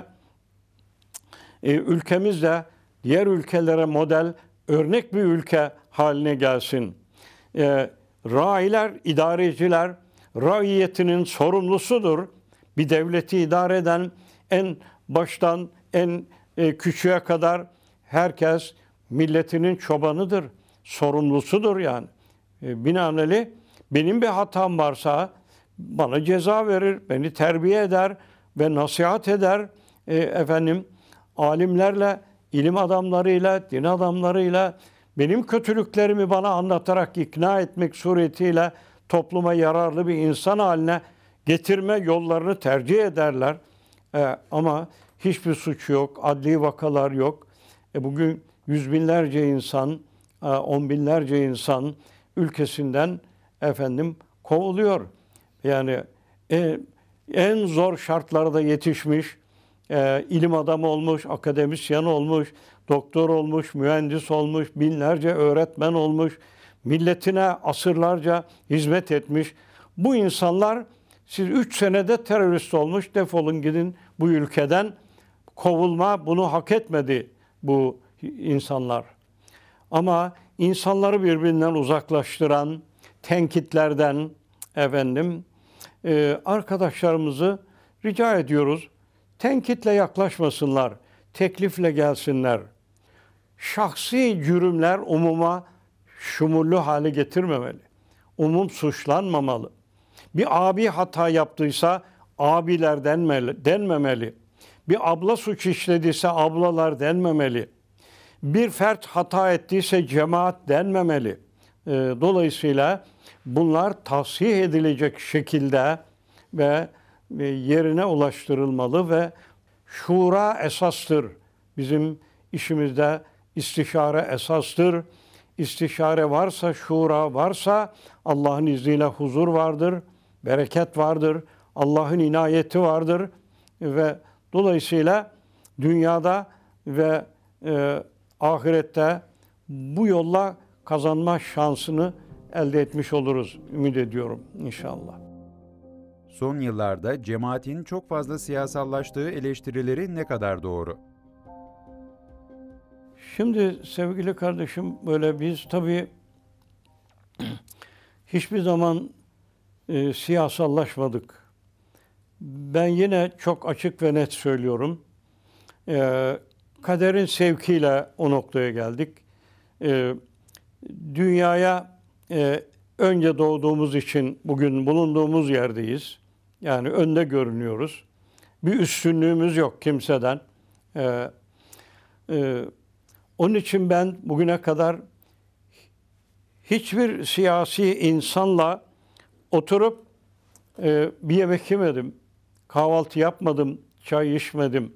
e, ülkemiz de diğer ülkelere model, örnek bir ülke haline gelsin. E, railer, idareciler, raiyetinin sorumlusudur. Bir devleti idare eden en baştan en e, küçüğe kadar herkes milletinin çobanıdır, sorumlusudur yani. E, binaenaleyh benim bir hatam varsa bana ceza verir, beni terbiye eder ve nasihat eder. E, efendim alimlerle, ilim adamlarıyla, din adamlarıyla benim kötülüklerimi bana anlatarak ikna etmek suretiyle topluma yararlı bir insan haline getirme yollarını tercih ederler. E, ama hiçbir suç yok, adli vakalar yok. E, bugün yüz binlerce insan, e, on binlerce insan ülkesinden efendim kovuluyor. Yani e, en zor şartlarda yetişmiş, e, ilim adamı olmuş, akademisyen olmuş, doktor olmuş, mühendis olmuş, binlerce öğretmen olmuş, milletine asırlarca hizmet etmiş. Bu insanlar siz üç senede terörist olmuş, defolun gidin bu ülkeden, kovulma, bunu hak etmedi bu insanlar. Ama insanları birbirinden uzaklaştıran tenkitlerden efendim e, arkadaşlarımızı rica ediyoruz. Tenkitle yaklaşmasınlar, teklifle gelsinler. şahsi cürümler umuma şumullu hale getirmemeli. Umum suçlanmamalı. Bir abi hata yaptıysa abiler denmeli, denmemeli. Bir abla suç işlediyse ablalar denmemeli. Bir fert hata ettiyse cemaat denmemeli. E, dolayısıyla bunlar tahsih edilecek şekilde ve e, yerine ulaştırılmalı ve şura esastır. Bizim işimizde istişare esastır. İstişare varsa, şura varsa Allah'ın izniyle huzur vardır, bereket vardır, Allah'ın inayeti vardır ve dolayısıyla dünyada ve e, ahirette bu yolla kazanma şansını elde etmiş oluruz, ümit ediyorum inşallah. Son yıllarda cemaatin çok fazla siyasallaştığı eleştirileri ne kadar doğru? Şimdi sevgili kardeşim, böyle biz tabii hiçbir zaman e, siyasallaşmadık. Ben yine çok açık ve net söylüyorum. E, kaderin sevkiyle o noktaya geldik. E, dünyaya e, önce doğduğumuz için bugün bulunduğumuz yerdeyiz. Yani önde görünüyoruz. Bir üstünlüğümüz yok kimseden. E, e, Onun için ben bugüne kadar hiçbir siyasi insanla oturup e, bir yemek yemedim, kahvaltı yapmadım, çay içmedim.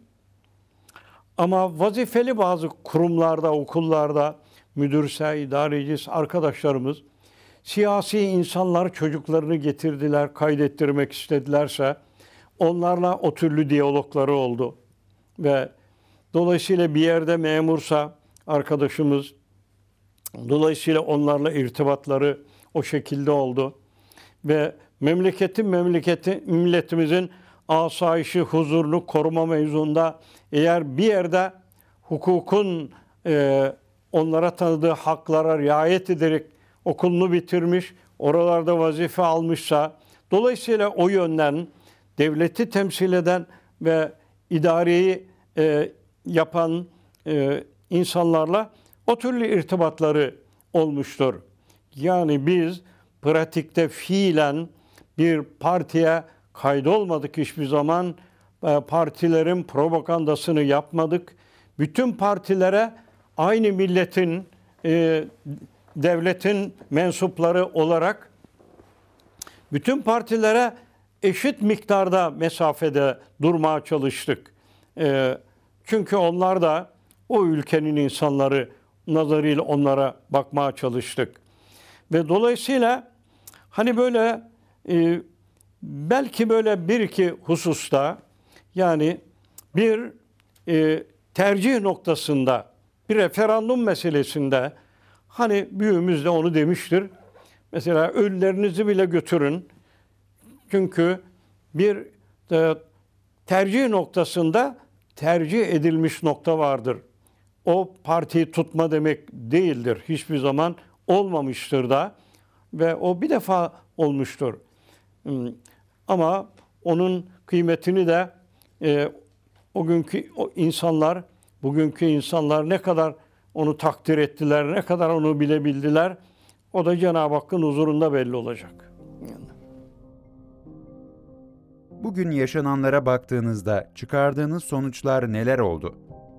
Ama vazifeli bazı kurumlarda, okullarda müdürse, idarecisi arkadaşlarımız siyasi insanlar çocuklarını getirdiler, kaydettirmek istedilerse onlarla o türlü diyalogları oldu. Ve dolayısıyla bir yerde memursa arkadaşımız, dolayısıyla onlarla irtibatları o şekilde oldu. Ve memleketin, memleketi, milletimizin asayişi, huzurunu koruma mevzuunda eğer bir yerde hukukun e, onlara tanıdığı haklara riayet ederek okulunu bitirmiş, oralarda vazife almışsa, dolayısıyla o yönden devleti temsil eden ve idareyi e, yapan e, insanlarla o türlü irtibatları olmuştur. Yani biz pratikte fiilen bir partiye kaydolmadık hiçbir zaman. E, partilerin propagandasını yapmadık. Bütün partilere aynı milletin, e, devletin mensupları olarak bütün partilere eşit miktarda mesafede durmaya çalıştık. E, çünkü onlar da o ülkenin insanları nazarıyla onlara bakmaya çalıştık. Ve dolayısıyla hani böyle e, belki böyle bir iki hususta yani bir e, tercih noktasında bir referandum meselesinde hani büyüğümüz de onu demiştir. Mesela ölülerinizi bile götürün. Çünkü bir e, tercih noktasında tercih edilmiş nokta vardır. O partiyi tutma demek değildir. Hiçbir zaman olmamıştır da ve o bir defa olmuştur. Ama onun kıymetini de e, o günkü o insanlar, bugünkü insanlar ne kadar onu takdir ettiler, ne kadar onu bilebildiler, o da Cenab-ı Hakk'ın huzurunda belli olacak. Yani. Bugün yaşananlara baktığınızda çıkardığınız sonuçlar neler oldu?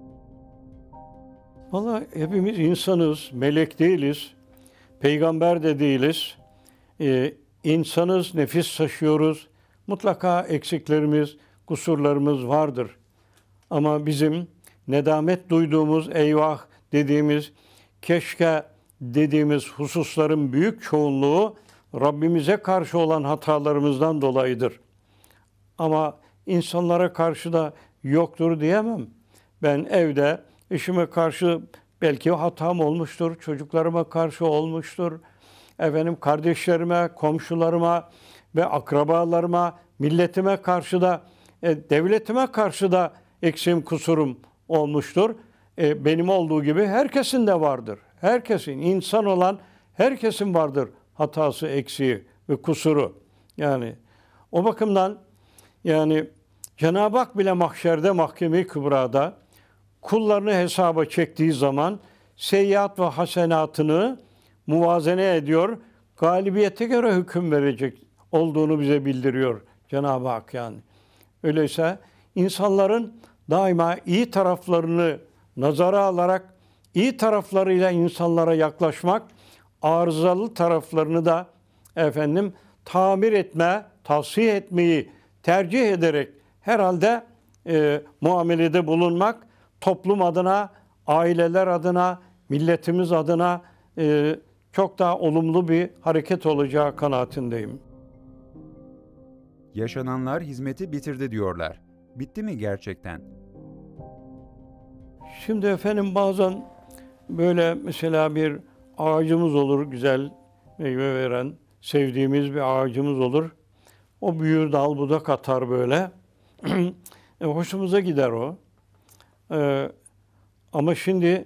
Vallahi hepimiz insanız, melek değiliz, peygamber de değiliz. Ee, insanız, nefis taşıyoruz. Mutlaka eksiklerimiz, kusurlarımız vardır. Ama bizim nedamet duyduğumuz, eyvah dediğimiz, keşke dediğimiz hususların büyük çoğunluğu Rabbimize karşı olan hatalarımızdan dolayıdır. Ama insanlara karşı da yoktur diyemem. Ben evde eşime karşı belki hatam olmuştur, çocuklarıma karşı olmuştur. Efendim kardeşlerime, komşularıma ve akrabalarıma, milletime karşı da, e, devletime karşı da eksiğim, kusurum olmuştur. E, benim olduğu gibi herkesin de vardır. Herkesin, insan olan herkesin vardır hatası, eksiği ve kusuru. Yani o bakımdan yani Cenab-ı Hak bile mahşerde, mahkeme-i kübrada kullarını hesaba çektiği zaman seyyiat ve hasenatını muvazene ediyor. Galibiyete göre hüküm verecek olduğunu bize bildiriyor Cenab-ı Hak yani. Öyleyse insanların daima iyi taraflarını nazara alarak iyi taraflarıyla insanlara yaklaşmak, arızalı taraflarını da efendim tamir etme, tavsiye etmeyi tercih ederek herhalde e, muamelede bulunmak toplum adına, aileler adına, milletimiz adına e, çok daha olumlu bir hareket olacağı kanaatindeyim. Yaşananlar hizmeti bitirdi diyorlar. Bitti mi gerçekten? Şimdi efendim bazen böyle mesela bir ağacımız olur, güzel meyve veren, sevdiğimiz bir ağacımız olur. O büyür, dal budak atar böyle. e, hoşumuza gider o. E, ama şimdi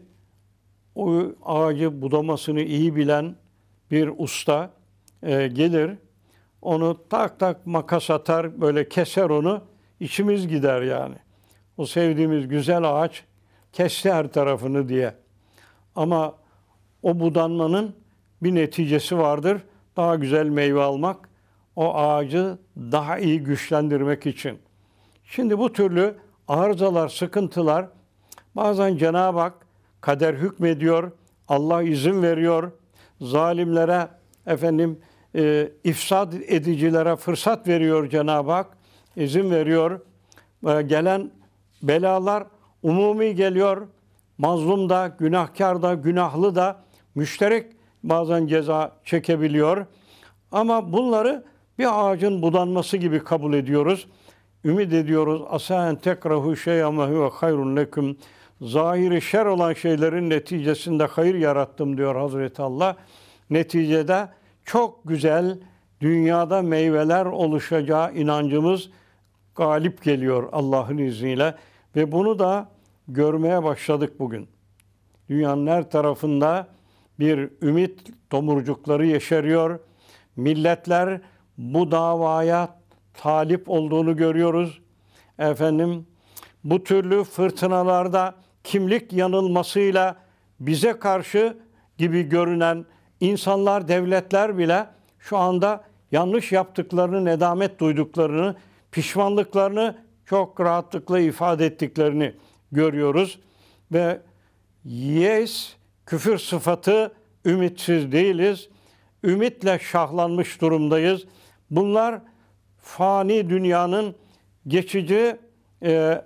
o ağacı budamasını iyi bilen bir usta e, gelir, onu tak tak makas atar, böyle keser onu, içimiz gider yani. O sevdiğimiz güzel ağaç kesti her tarafını diye. Ama o budanmanın bir neticesi vardır. Daha güzel meyve almak, o ağacı daha iyi güçlendirmek için. Şimdi bu türlü arızalar, sıkıntılar bazen Cenab-ı Hak kader hükmediyor, Allah izin veriyor, zalimlere, efendim e, ifsad edicilere fırsat veriyor Cenab-ı Hak, izin veriyor. E, gelen belalar umumi geliyor, mazlum da, günahkar da, günahlı da müşterek bazen ceza çekebiliyor. Ama bunları bir ağacın budanması gibi kabul ediyoruz. Ümit ediyoruz. Asa en tekrahu şey'en ve huve hayrun leküm. Zahiri şer olan şeylerin neticesinde hayır yarattım diyor Hazreti Allah. Neticede çok güzel dünyada meyveler oluşacağı inancımız galip geliyor Allah'ın izniyle. Ve bunu da görmeye başladık bugün. Dünyanın her tarafında bir ümit tomurcukları yeşeriyor. Milletler bu davaya talip olduğunu görüyoruz. Efendim bu türlü fırtınalarda kimlik yanılmasıyla bize karşı gibi görünen insanlar, devletler bile şu anda yanlış yaptıklarını, nedamet duyduklarını, pişmanlıklarını çok rahatlıkla ifade ettiklerini görüyoruz. Ve yes, küfür sıfatı, ümitsiz değiliz. Ümitle şahlanmış durumdayız. Bunlar fani dünyanın geçici e,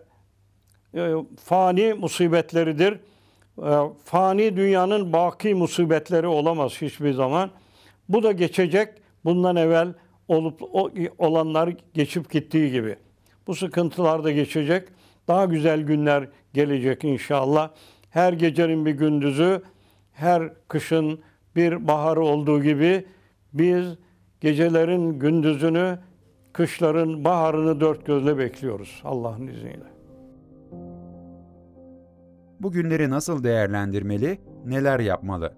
e, fani musibetleridir. E, fani dünyanın baki musibetleri olamaz hiçbir zaman. Bu da geçecek. Bundan evvel olup o, olanlar geçip gittiği gibi. Bu sıkıntılar da geçecek. Daha güzel günler gelecek inşallah. Her gecenin bir gündüzü, her kışın bir baharı olduğu gibi biz gecelerin gündüzünü, kışların baharını dört gözle bekliyoruz Allah'ın izniyle. Bu günleri nasıl değerlendirmeli, neler yapmalı?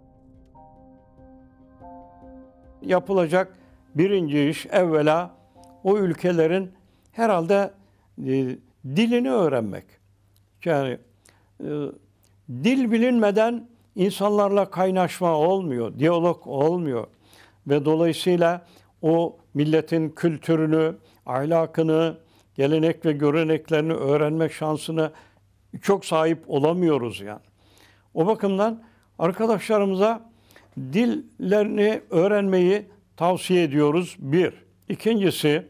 Yapılacak birinci iş evvela o ülkelerin herhalde e, dilini öğrenmek. Yani e, dil bilinmeden insanlarla kaynaşma olmuyor, diyalog olmuyor. Ve dolayısıyla o milletin kültürünü, ahlakını, gelenek ve göreneklerini öğrenmek şansına çok sahip olamıyoruz yani. O bakımdan arkadaşlarımıza dillerini öğrenmeyi tavsiye ediyoruz. Bir. İkincisi,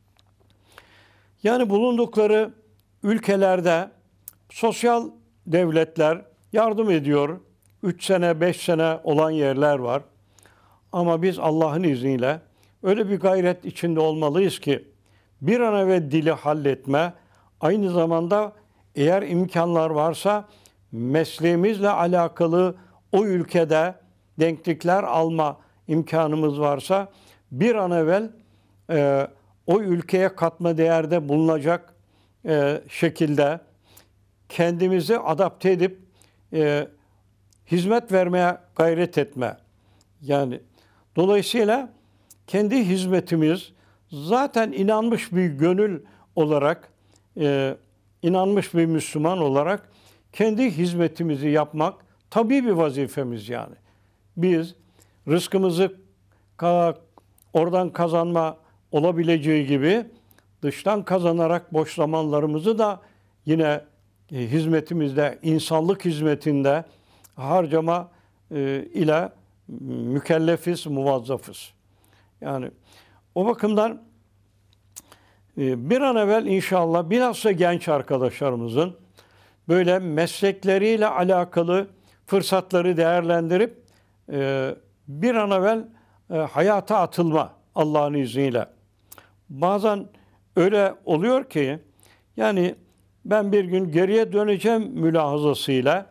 yani bulundukları ülkelerde sosyal devletler yardım ediyor. Üç sene, beş sene olan yerler var. Ama biz Allah'ın izniyle öyle bir gayret içinde olmalıyız ki bir an evvel dili halletme, aynı zamanda eğer imkanlar varsa mesleğimizle alakalı o ülkede denklikler alma imkanımız varsa bir an evvel e, o ülkeye katma değerde bulunacak e, şekilde kendimizi adapte edip e, hizmet vermeye gayret etme. Yani dolayısıyla kendi hizmetimiz zaten inanmış bir gönül olarak, e, inanmış bir Müslüman olarak kendi hizmetimizi yapmak tabii bir vazifemiz yani. Biz rızkımızı ka- oradan kazanma olabileceği gibi dıştan kazanarak boş zamanlarımızı da yine e, hizmetimizde, insanlık hizmetinde harcama e, ile mükellefiz, muvazzafız. Yani o bakımdan e, bir an evvel inşallah bilhassa genç arkadaşlarımızın böyle meslekleriyle alakalı fırsatları değerlendirip e, bir an evvel e, hayata atılma Allah'ın izniyle. Bazen öyle oluyor ki yani ben bir gün geriye döneceğim mülahazasıyla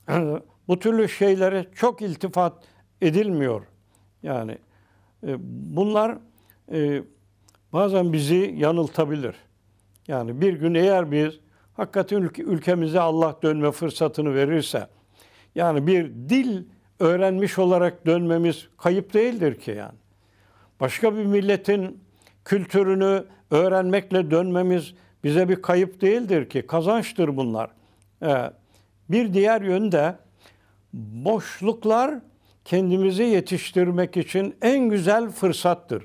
bu türlü şeylere çok iltifat edilmiyor. Yani e, bunlar e, bazen bizi yanıltabilir. Yani bir gün eğer biz hakikaten ülke, ülkemize Allah dönme fırsatını verirse, yani bir dil öğrenmiş olarak dönmemiz kayıp değildir ki yani. Başka bir milletin kültürünü öğrenmekle dönmemiz bize bir kayıp değildir ki, kazançtır bunlar. Ee, bir diğer yönde boşluklar kendimizi yetiştirmek için en güzel fırsattır.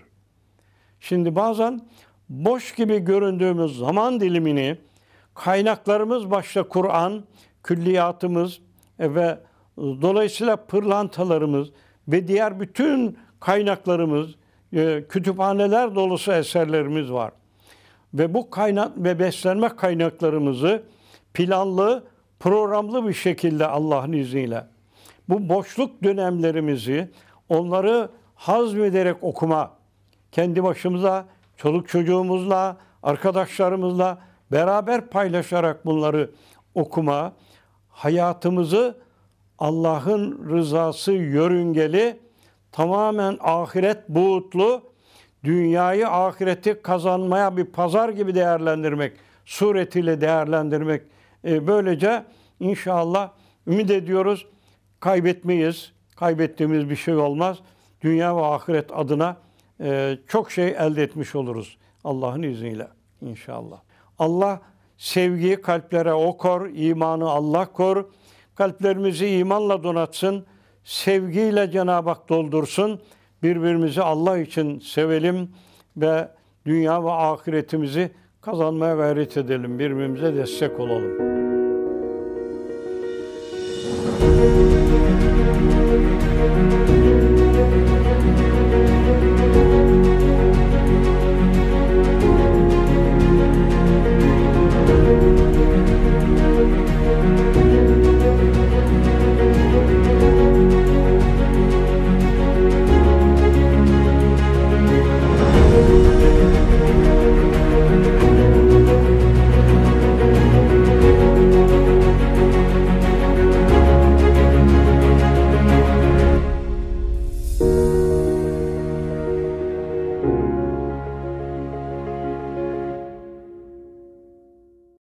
Şimdi bazen boş gibi göründüğümüz zaman dilimini kaynaklarımız başta Kur'an, külliyatımız ve dolayısıyla pırlantalarımız ve diğer bütün kaynaklarımız, kütüphaneler dolusu eserlerimiz var. Ve bu kaynak ve beslenme kaynaklarımızı planlı, programlı bir şekilde Allah'ın izniyle bu boşluk dönemlerimizi onları hazmederek okuma, kendi başımıza, çoluk çocuğumuzla, arkadaşlarımızla beraber paylaşarak bunları okuma, hayatımızı Allah'ın rızası yörüngeli, tamamen ahiret buğutlu, dünyayı ahireti kazanmaya bir pazar gibi değerlendirmek, suretiyle değerlendirmek. E, böylece inşallah ümit ediyoruz kaybetmeyiz, kaybettiğimiz bir şey olmaz. Dünya ve ahiret adına e, çok şey elde etmiş oluruz Allah'ın izniyle inşallah. Allah sevgiyi kalplere o kor, imanı Allah kor. Kalplerimizi imanla donatsın, sevgiyle Cenab-ı Hak doldursun. Birbirimizi Allah için sevelim ve dünya ve ahiretimizi kazanmaya gayret edelim. Birbirimize destek olalım.